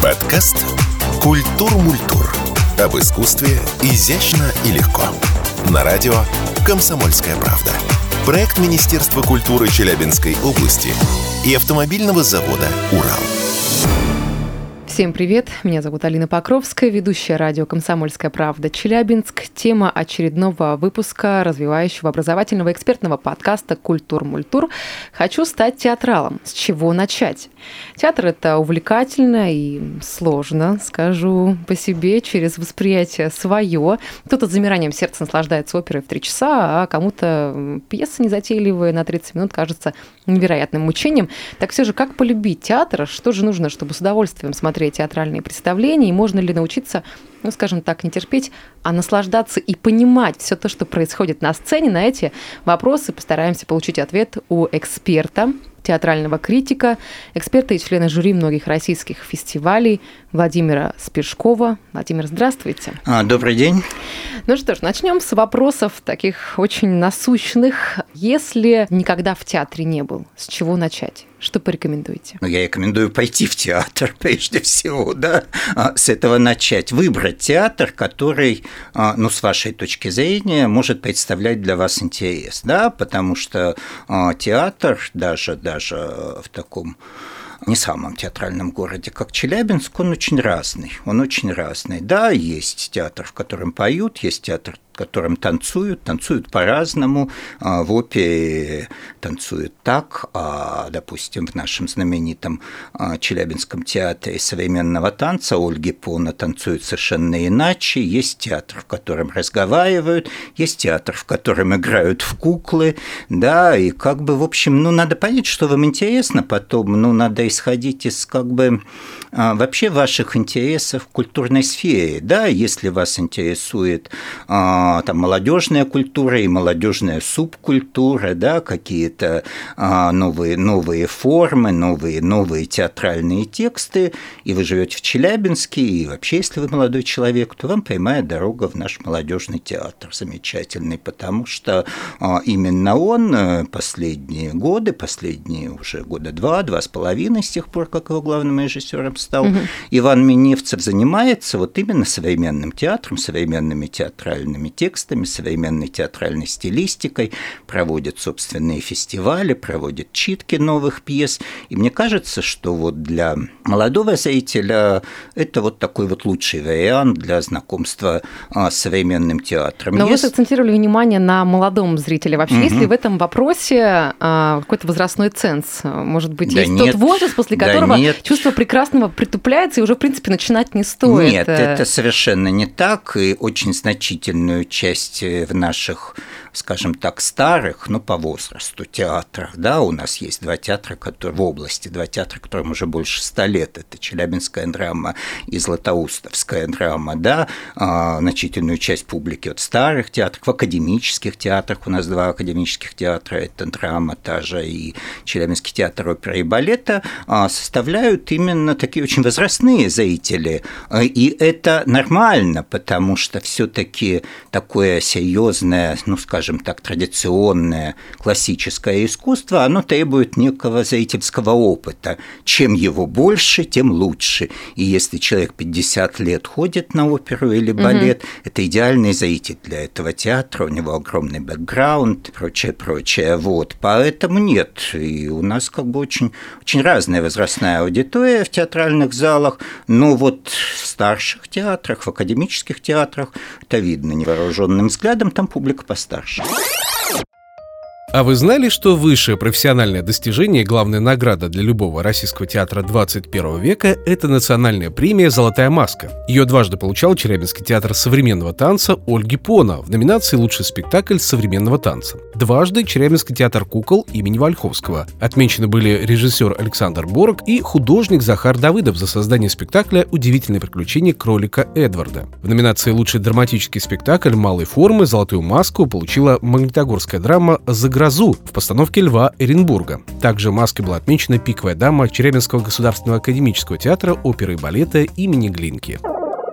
Подкаст «Культур-мультур». Об искусстве изящно и легко. На радио «Комсомольская правда». Проект Министерства культуры Челябинской области и автомобильного завода «Урал». Всем привет, меня зовут Алина Покровская, ведущая радио «Комсомольская правда» Челябинск. Тема очередного выпуска развивающего образовательного экспертного подкаста «Культур-мультур». Хочу стать театралом. С чего начать? Театр – это увлекательно и сложно, скажу по себе, через восприятие свое. Кто-то с замиранием сердца наслаждается оперой в 3 часа, а кому-то пьеса незатейливая на 30 минут кажется невероятным мучением. Так все же, как полюбить театр? Что же нужно, чтобы с удовольствием смотреть театральные представления, и можно ли научиться, скажем так, не терпеть, а наслаждаться и понимать все то, что происходит на сцене? На эти вопросы постараемся получить ответ у эксперта, театрального критика, эксперта и члена жюри многих российских фестивалей Владимира Спешкова. Владимир, здравствуйте. Добрый день. Ну что ж, начнем с вопросов таких очень насущных. Если никогда в театре не был, с чего начать? Что порекомендуете? Я рекомендую пойти в театр, прежде всего, да, с этого начать. Выбрать театр, который, с вашей точки зрения, может представлять для вас интерес, да, потому что театр даже в таком не самом театральном городе, как Челябинск, он очень разный. Да, есть театр, в котором поют, есть театр, в котором танцуют по-разному. В опере танцуют так, допустим, в нашем знаменитом Челябинском театре современного танца Ольги Пона танцуют совершенно иначе. Есть театр, в котором разговаривают, есть театр, в котором играют в куклы, да, и в общем, надо понять, что вам интересно потом, надо исходить из вообще ваших интересов в культурной сфере, да, если вас интересует молодежная культура и молодежная субкультура, да, какие-то новые формы, новые театральные тексты, и вы живете в Челябинске, и вообще, если вы молодой человек, то вам прямая дорога в наш молодежный театр, замечательный, потому что именно он последние уже года 2.5, с тех пор, как его главным режиссером стал Иван Миневцев, занимается именно современным театром, современными театральными текстами, современной театральной стилистикой, проводит собственные фестивали, проводит читки новых пьес. И мне кажется, что для молодого зрителя это такой лучший вариант для знакомства с современным театром. Но вы акцентировали внимание на молодом зрителе. Вообще, есть ли в этом вопросе какой-то возрастной ценз? Может быть, есть тот возраст, после которого чувство прекрасного притупляется, и уже, в принципе, начинать не стоит? Нет, это совершенно не так, и очень значительную часть в наших, скажем так, старых, по возрасту театрах, да, у нас есть 2 театра, в области, 2 театра, которым уже больше 100 лет, это Челябинская драма и Златоустовская драма, да, значительную часть публики от старых театров, в академических театрах, у нас 2 академических театра, это драма та же и Челябинский театр оперы и балета, составляют именно такие очень возрастные зрители, и это нормально, потому что все-таки такое серьезное, скажем так, традиционное классическое искусство, оно требует некого зрительского опыта. Чем его больше, тем лучше. И если человек 50 лет ходит на оперу или балет, это идеальный зритель для этого театра, у него огромный бэкграунд, прочее. Поэтому нет. И у нас очень, очень разная возрастная аудитория в театральных залах, но в старших театрах, в академических театрах, это видно невооруженным взглядом, там публика постарше. А вы знали, что высшее профессиональное достижение и главная награда для любого российского театра 21 века – это национальная премия «Золотая маска»? Ее дважды получал Челябинский театр современного танца Ольги Пона в номинации «Лучший спектакль современного танца». Дважды Челябинский театр кукол имени Вольховского. Отмечены были режиссер Александр Борок и художник Захар Давыдов за создание спектакля «Удивительные приключения кролика Эдварда». В номинации «Лучший драматический спектакль малой формы» «Золотую маску» получила магнитогорская драма «За грозу» в постановке Льва Эренбурга. Также маской была отмечена «Пиковая дама» Челябинского государственного академического театра оперы и балета имени Глинки.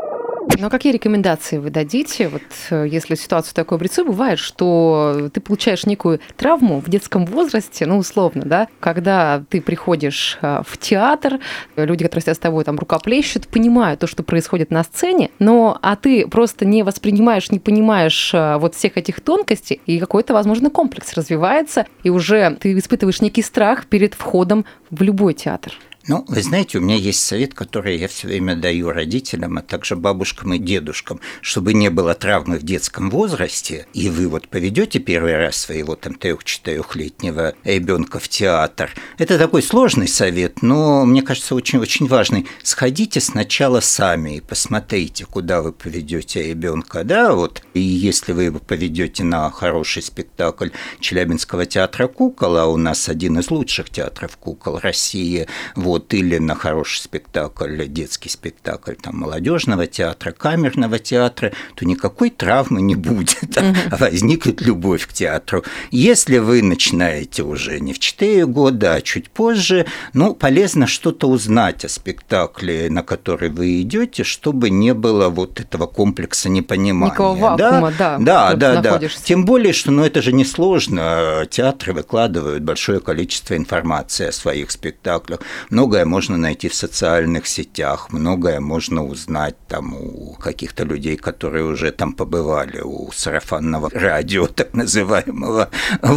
Но какие рекомендации вы дадите, вот если ситуация такой обрисует, бывает, что ты получаешь некую травму в детском возрасте, ну, условно, да, когда ты приходишь в театр, люди, которые сидят с тобой там рукоплещут, понимают то, что происходит на сцене, а ты просто не воспринимаешь, не понимаешь вот всех этих тонкостей, и какой-то, возможно, комплекс развивается, и уже ты испытываешь некий страх перед входом в любой театр. Вы знаете, у меня есть совет, который я все время даю родителям, а также бабушкам и дедушкам, чтобы не было травмы в детском возрасте, и вы вот поведете первый раз своего 3-4-летнего ребенка в театр. Это такой сложный совет, но, мне кажется, очень-очень важный. Сходите сначала сами и посмотрите, куда вы поведете ребенка, да, вот. И если вы его поведете на хороший спектакль Челябинского театра кукол, а у нас один из лучших театров кукол России, или на хороший спектакль, детский спектакль молодежного театра, камерного театра, то никакой травмы не будет, а возникнет любовь к театру. Если вы начинаете уже не в 4 года, а чуть позже, полезно что-то узнать о спектакле, на который вы идете, чтобы не было вот этого комплекса непонимания. Никакого вакуума, да. Тем более, что это же несложно. Театры выкладывают большое количество информации о своих спектаклях. Многое можно найти в социальных сетях, многое можно узнать у каких-то людей, которые уже там побывали, у сарафанного радио, так называемого.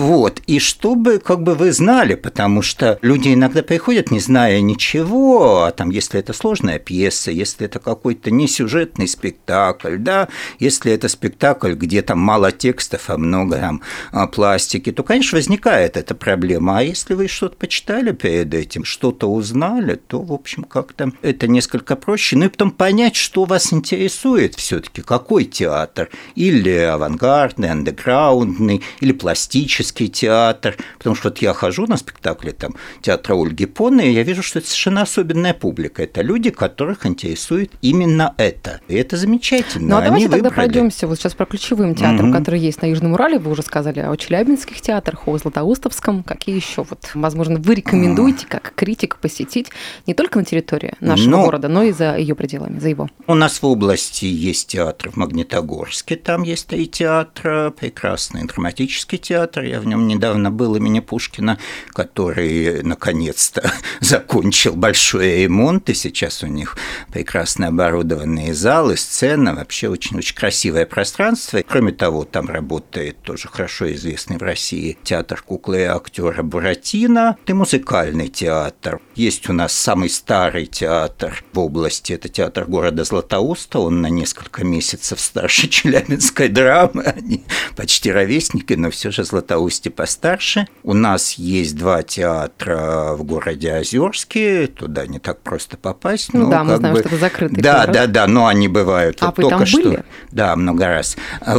И чтобы вы знали, потому что люди иногда приходят, не зная ничего, а если это сложная пьеса, если это какой-то несюжетный спектакль, да, если это спектакль, где мало текстов, а много пластики, то, конечно, возникает эта проблема. А если вы что-то почитали перед этим, что-то узнали, то, в общем, как-то это несколько проще. И потом понять, что вас интересует все-таки, какой театр. Или авангардный, андеграундный, или пластический театр. Потому что я хожу на спектакли театра Ольги Поны, и я вижу, что это совершенно особенная публика. Это люди, которых интересует именно это. И это замечательно. А давайте тогда пройдемся вот сейчас про ключевым театрам, которые есть на Южном Урале. Вы уже сказали о челябинских театрах, о Златоустовском. Какие еще, возможно, вы рекомендуете как критик посетить не только на территории нашего города, но и за ее пределами, за его? У нас в области есть театр в Магнитогорске, там есть 3 театра, прекрасный драматический театр, я в нем недавно был, имени Пушкина, который наконец-то закончил большой ремонт, и сейчас у них прекрасно оборудованные залы, сцена, вообще очень-очень красивое пространство. Кроме того, там работает тоже хорошо известный в России театр куклы и актера Буратино, и музыкальный театр. Есть у нас самый старый театр в области, это театр города Златоуста, он на несколько месяцев старше челябинской драмы, они почти ровесники, но все же Златоусте постарше. У нас есть 2 театра в городе Озерске, туда не так просто попасть. Мы знаем, что это закрытый город. Да, но они бывают. А вы там были? Да, много раз.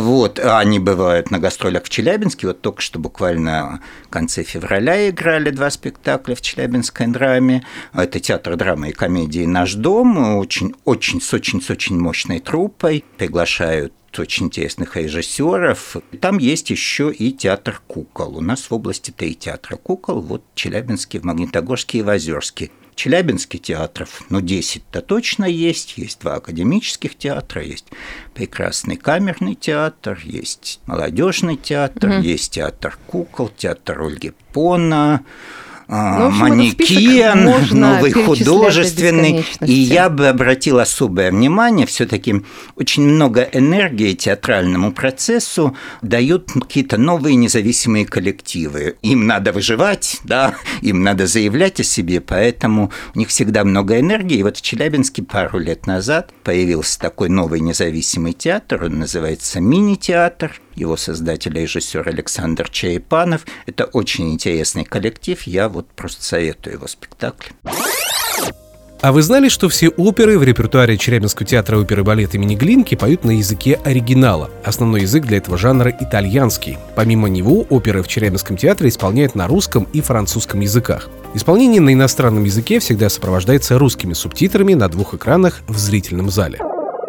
Они бывают на гастролях в Челябинске, только что буквально в конце февраля играли 2 спектакля в челябинской драме. Это театр драмы и комедии «Наш дом», с очень мощной труппой, приглашают очень интересных режиссеров. Там есть еще и театр кукол. У нас в области 3 театра кукол, Челябинский, в Магнитогорске и в Озерске. Челябинских театров, 10-то точно есть 2 академических театра, есть прекрасный камерный театр, есть молодежный театр, есть театр кукол, театр Ольги Пона, манекен, новый художественный. И я бы обратил особое внимание, все-таки очень много энергии театральному процессу дают какие-то новые независимые коллективы. Им надо выживать, да, им надо заявлять о себе, поэтому у них всегда много энергии. И в Челябинске пару лет назад появился такой новый независимый театр, он называется «Мини-театр». Его создатель и режиссер Александр Черепанов. Это очень интересный коллектив, я просто советую его спектакль. А вы знали, что все оперы в репертуаре Челябинского театра оперы и балета имени Глинки поют на языке оригинала? Основной язык для этого жанра – итальянский. Помимо него, оперы в Челябинском театре исполняют на русском и французском языках. Исполнение на иностранном языке всегда сопровождается русскими субтитрами на 2 экранах в зрительном зале.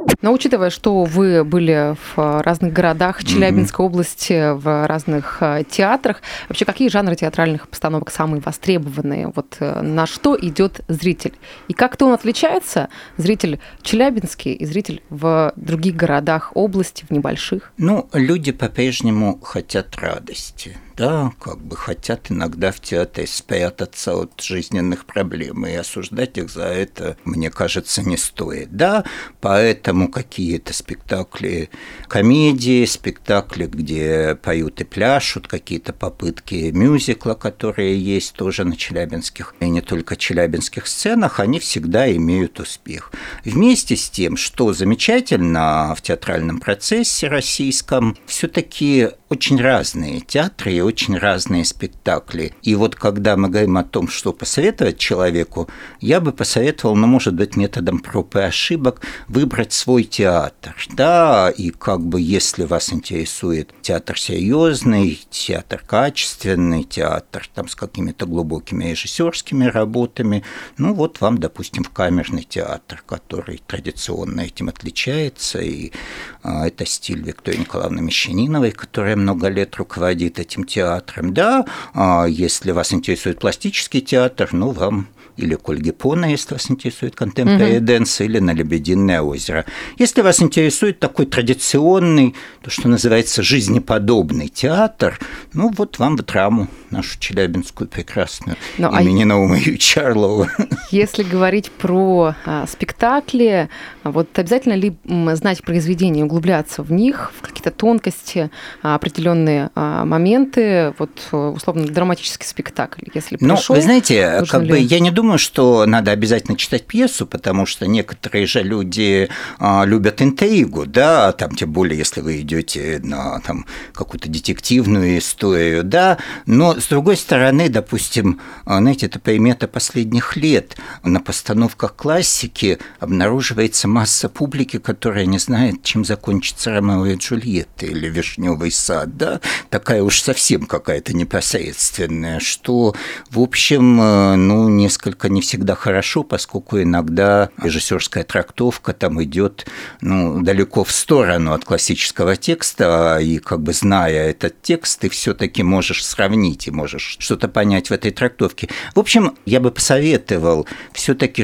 Но учитывая, что вы были в разных городах Челябинской области, в разных театрах, вообще какие жанры театральных постановок самые востребованные? Вот на что идет зритель? И как-то он отличается, зритель челябинский и зритель в других городах области, в небольших? Люди по-прежнему хотят радости. Да, хотят иногда в театре спрятаться от жизненных проблем, и осуждать их за это, мне кажется, не стоит. Да, поэтому какие-то спектакли, комедии, спектакли, где поют и пляшут, какие-то попытки мюзикла, которые есть тоже на челябинских и не только челябинских сценах, они всегда имеют успех. Вместе с тем, что замечательно в театральном процессе российском, все-таки очень разные театры и очень разные спектакли. И вот когда мы говорим о том, что посоветовать человеку, я бы посоветовал, может быть, методом проб и ошибок выбрать свой театр. Да, и если вас интересует театр серьезный, театр качественный, театр с какими-то глубокими режиссерскими работами, вам, допустим, в камерный театр, который традиционно этим отличается, и это стиль Виктории Николаевны Мещаниновой, которая много лет руководит этим театром. Да, если вас интересует пластический театр, вам или к Ольге Пона, если вас интересует contemporary dance, или на Лебединое озеро. Если вас интересует такой традиционный, то, что называется, жизнеподобный театр, вам в драму нашу челябинскую прекрасную, имени Наума Юрьевича Орлова. Если говорить про спектакли, обязательно ли знать произведения, углубляться в них, в какие-то тонкости, определенные моменты, условно, драматический спектакль, если пришел? Вы знаете, я не думаю, что надо обязательно читать пьесу, потому что некоторые же люди любят интригу, да, тем более, если вы идете на какую-то детективную историю, да, но с другой стороны, допустим, это примета последних лет. На постановках классики обнаруживается масса публики, которая не знает, чем закончится Ромео и Джульетта или Вишневый сад, да, такая уж совсем какая-то непосредственная, что, в общем, несколько не всегда хорошо, поскольку иногда режиссерская трактовка идет далеко в сторону от классического текста, и зная этот текст, ты все-таки можешь сравнить и можешь что-то понять в этой трактовке. В общем, я бы посоветовал все-таки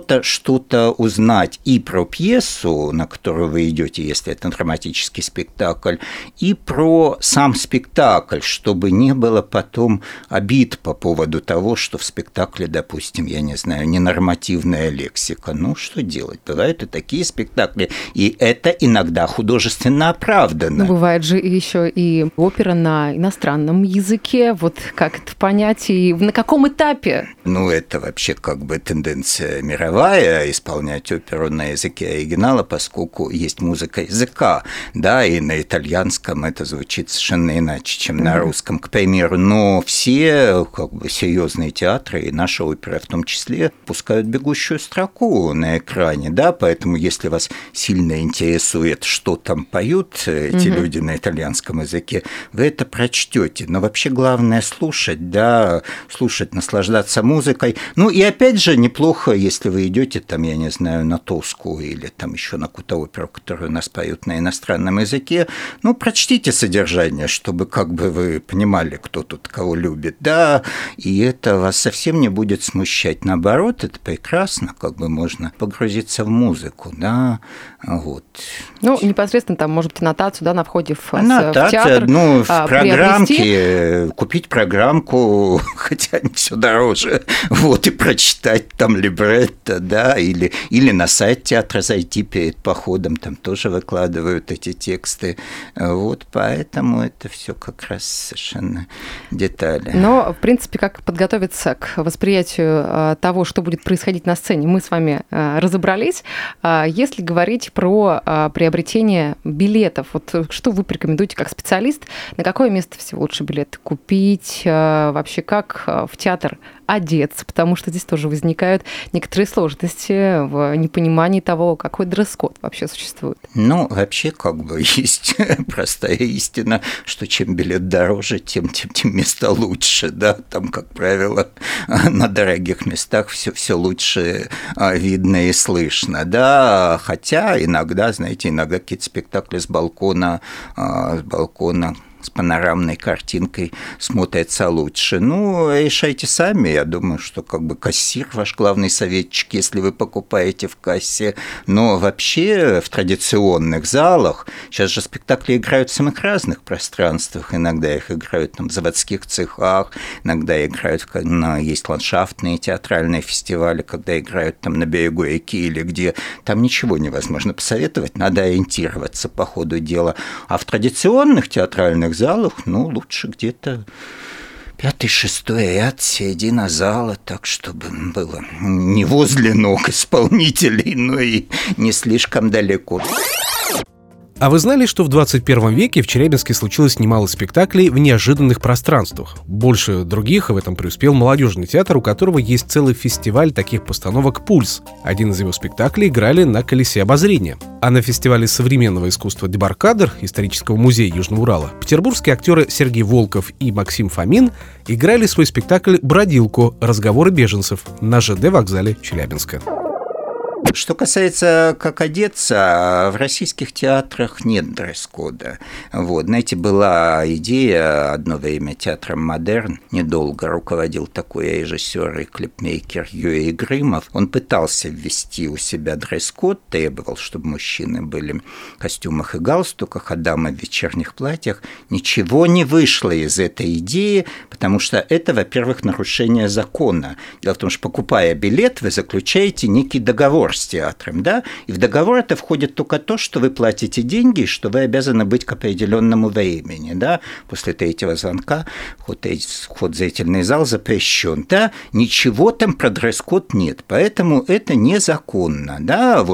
что-то узнать и про пьесу, на которую вы идете, если это драматический спектакль, и про сам спектакль, чтобы не было потом обид по поводу того, что в спектакле, допустим, я не знаю, ненормативная лексика. Что делать? Бывают и такие спектакли, и это иногда художественно оправдано. Бывает же еще и опера на иностранном языке. Как это понять и на каком этапе? Это вообще тенденция мировая, исполнять оперу на языке оригинала, поскольку есть музыка языка, да, и на итальянском это звучит совершенно иначе, чем на русском, к примеру. Но все серьезные театры, и наша опера в том числе, пускают бегущую строку на экране, да, поэтому если вас сильно интересует, что там поют эти люди на итальянском языке, вы это прочтете. Но вообще главное слушать, да, слушать, наслаждаться музыкой. И опять же, неплохо, если вы идете я не знаю, на Тоску или еще на какую-то оперу, которую у нас поют на иностранном языке, прочтите содержание, чтобы вы понимали, кто тут кого любит, да, и это вас совсем не будет смущать. Наоборот, это прекрасно, можно погрузиться в музыку, да, непосредственно может быть аннотацию, да, на входе в театр. В программке, приобрести. Купить программку, хотя не все дороже, и прочитать либретто, да, или на сайт театра зайти перед походом, там тоже выкладывают эти тексты, поэтому это все как раз совершенно детали. Но, в принципе, как подготовиться к восприятию того, что будет происходить на сцене, мы с вами разобрались. Если говорить про приобретение билетов, что вы порекомендуете как специалист, на какое место всего лучше билеты купить, вообще как в театр одеться, потому что здесь тоже возникают некоторые сложности в непонимании того, какой дресс-код вообще существует. Ну, вообще, есть простая истина, что чем билет дороже, тем места лучше, да, там, как правило, на дорогих местах все лучше видно и слышно, да, хотя иногда, знаете, какие-то спектакли с балкона с панорамной картинкой смотрится лучше. Решайте сами. Я думаю, что кассир ваш главный советчик, если вы покупаете в кассе. Но вообще в традиционных залах сейчас же спектакли играют в самых разных пространствах. Иногда их играют в заводских цехах, иногда играют, есть ландшафтные театральные фестивали, когда играют на берегу реки или где. Там ничего невозможно посоветовать, надо ориентироваться по ходу дела. А в традиционных театральных залах, лучше где-то 5-6 ряд, середина зала, так, чтобы было не возле ног исполнителей, но и не слишком далеко. А вы знали, что в 21 веке в Челябинске случилось немало спектаклей в неожиданных пространствах? Больше других в этом преуспел молодежный театр, у которого есть целый фестиваль таких постановок «Пульс». Один из его спектаклей играли на «Колесе обозрения». А на фестивале современного искусства «Дебаркадер» Исторического музея Южного Урала петербургские актеры Сергей Волков и Максим Фомин играли свой спектакль «Бродилку. Разговоры беженцев» на ЖД вокзале Челябинска. Что касается как одеться, в российских театрах нет дресс-кода. Знаете, была идея одно время театром «Модерн», недолго руководил такой режиссер и клипмейкер Юрий Грымов. Он пытался ввести у себя дресс-код, требовал, чтобы мужчины были в костюмах и галстуках, а дамы в вечерних платьях. Ничего не вышло из этой идеи, потому что это, во-первых, нарушение закона. Дело в том, что, покупая билет, вы заключаете некий договор с театром, да, и в договор это входит только то, что вы платите деньги, что вы обязаны быть к определенному времени, да, после 3-го звонка вход в зрительный зал запрещен, да, ничего там про дресс-код нет, поэтому это незаконно, да,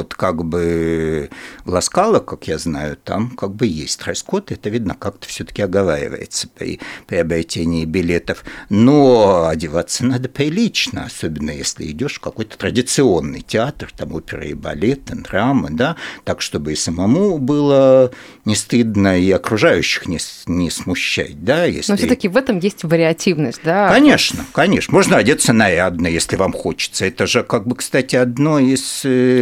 в Ласкало, как я знаю, там есть дресс-код, это видно, как-то все-таки оговаривается при приобретении билетов, но одеваться надо прилично, особенно если идешь в какой-то традиционный театр, там опера и балет, драма, да, так, чтобы и самому было не стыдно, и окружающих не смущать, да, если... Но все-таки в этом есть вариативность, да? Конечно, можно одеться нарядно, если вам хочется. Это же, кстати, одно из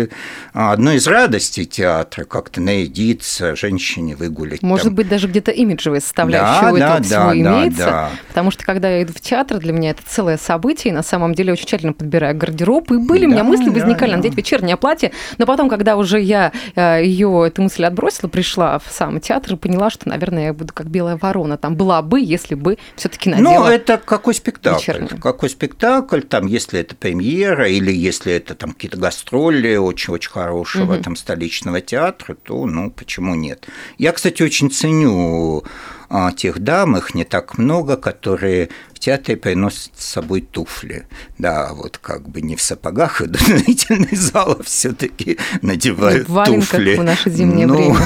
радостей театра, как-то нарядиться, женщине выгулять. Может быть, даже где-то имиджевая составляющая всего имеется, да. Потому что, когда я иду в театр, для меня это целое событие, и на самом деле очень тщательно подбираю гардероб, и были у меня мысли возникали надеть вечернее платье, но потом, когда уже я эту мысль отбросила, пришла в сам театр и поняла, что, наверное, я буду как белая ворона. Там была бы, если бы все-таки надела. Это какой спектакль? Вечернее. Какой спектакль, там, если это премьера, или если это там какие-то гастроли очень-очень хорошего столичного театра, то, почему нет? Я, кстати, очень ценю тех дам, их не так много, которые в театре приносят с собой туфли. Да, не в сапогах идут в зрительный зал, а все-таки надевают туфли. В наше зимнее время.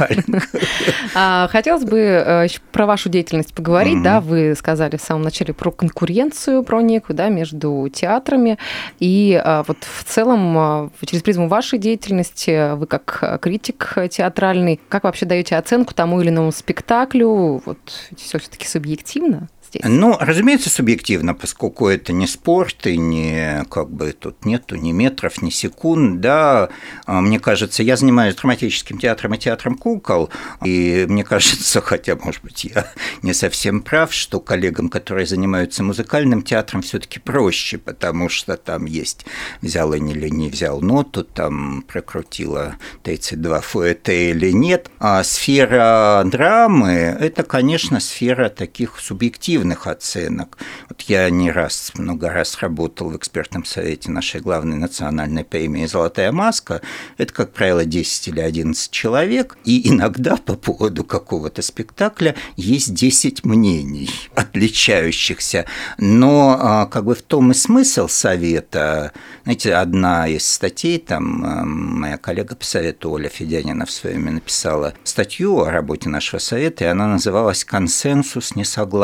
Да. Хотелось бы еще про вашу деятельность поговорить. Да, вы сказали в самом начале про конкуренцию, про некую, да, между театрами. И в целом, через призму вашей деятельности, вы как критик театральный, как вообще даете оценку тому или иному спектаклю? Все-таки субъективно здесь? Разумеется, субъективно, поскольку это не спорт, и не тут нету ни метров, ни секунд, да. Мне кажется, я занимаюсь драматическим театром и театром кукол, и мне кажется, хотя, может быть, я не совсем прав, что коллегам, которые занимаются музыкальным театром, все-таки проще, потому что там есть взял или не взял ноту, там прокрутила 32 фуэте или нет. А сфера драмы – это, конечно, сфера таких субъективных оценок. Я много раз работал в экспертном совете нашей главной национальной премии «Золотая маска». Это, как правило, 10 или 11 человек, и иногда по поводу какого-то спектакля есть 10 мнений, отличающихся. Но в том и смысл совета. Знаете, одна из статей, там моя коллега по совету Оля Федянина в свое время написала статью о работе нашего совета, и она называлась «Консенсус несогласных».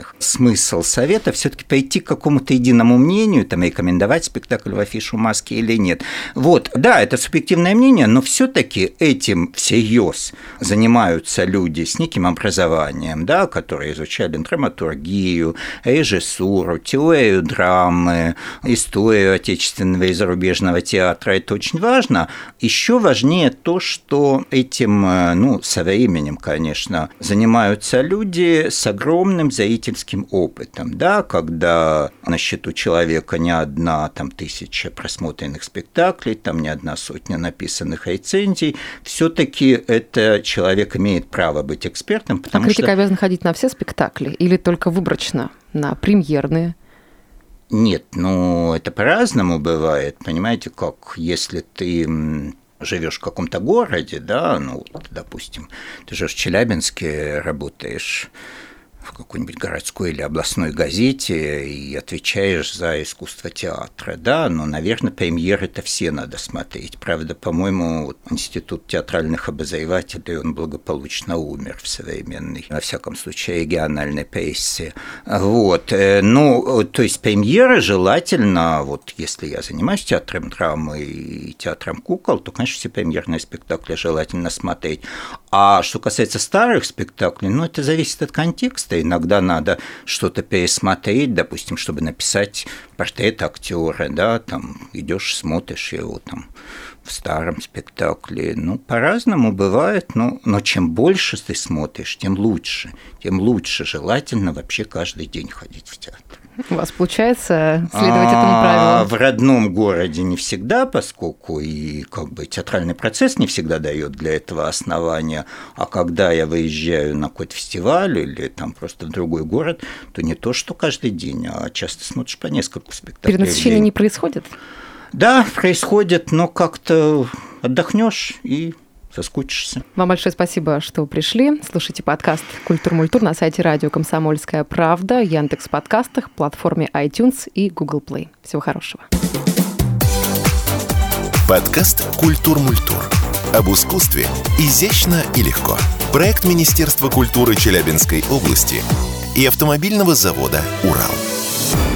разных. Смысл совета все-таки пойти к какому-то единому мнению, там, рекомендовать спектакль в афишу маски или нет. Вот, да, это субъективное мнение, но все-таки этим всерьез занимаются люди с неким образованием, да, которые изучали драматургию, режиссуру, теорию драмы, историю отечественного и зарубежного театра. Это очень важно. Еще важнее то, что этим, со временем, конечно, занимаются люди с огромным зрительским опытом, да, когда на счету человека не одна там 1000 просмотренных спектаклей, там не одна сотня написанных рецензий, все-таки это человек имеет право быть экспертом, потому критик обязан ходить на все спектакли или только выборочно на премьерные? Нет, это по-разному бывает, понимаете, как если ты живешь в каком-то городе, да, допустим, ты живешь в Челябинске, работаешь в какой-нибудь городской или областной газете и отвечаешь за искусство театра, да, но, наверное, премьеры-то все надо смотреть. Правда, по-моему, Институт театральных обозревателей, он благополучно умер в современной, во всяком случае, региональной прессе. Вот, то есть премьеры желательно, если я занимаюсь театром драмы и театром кукол, то, конечно, все премьерные спектакли желательно смотреть. А что касается старых спектаклей, это зависит от контекста. Иногда надо что-то пересмотреть, допустим, чтобы написать портрет актера, да, там идешь, смотришь его там в старом спектакле. По-разному бывает, но чем больше ты смотришь, тем лучше. Тем лучше. Желательно вообще каждый день ходить в театр. У вас получается следовать этому правилу? В родном городе не всегда, поскольку и театральный процесс не всегда дает для этого основания, а когда я выезжаю на какой-то фестиваль или там просто в другой город, то не то, что каждый день, а часто смотришь по несколько спектаклей. Перенасыщение не происходит? Да, происходит, но как-то отдохнешь и соскучишься. Вам большое спасибо, что пришли. Слушайте подкаст «Культур-мультур» на сайте радио «Комсомольская правда», Яндекс.Подкастах, платформе iTunes и Google Play. Всего хорошего. Подкаст «Культур-мультур». Об искусстве изящно и легко. Проект Министерства культуры Челябинской области и автомобильного завода «Урал».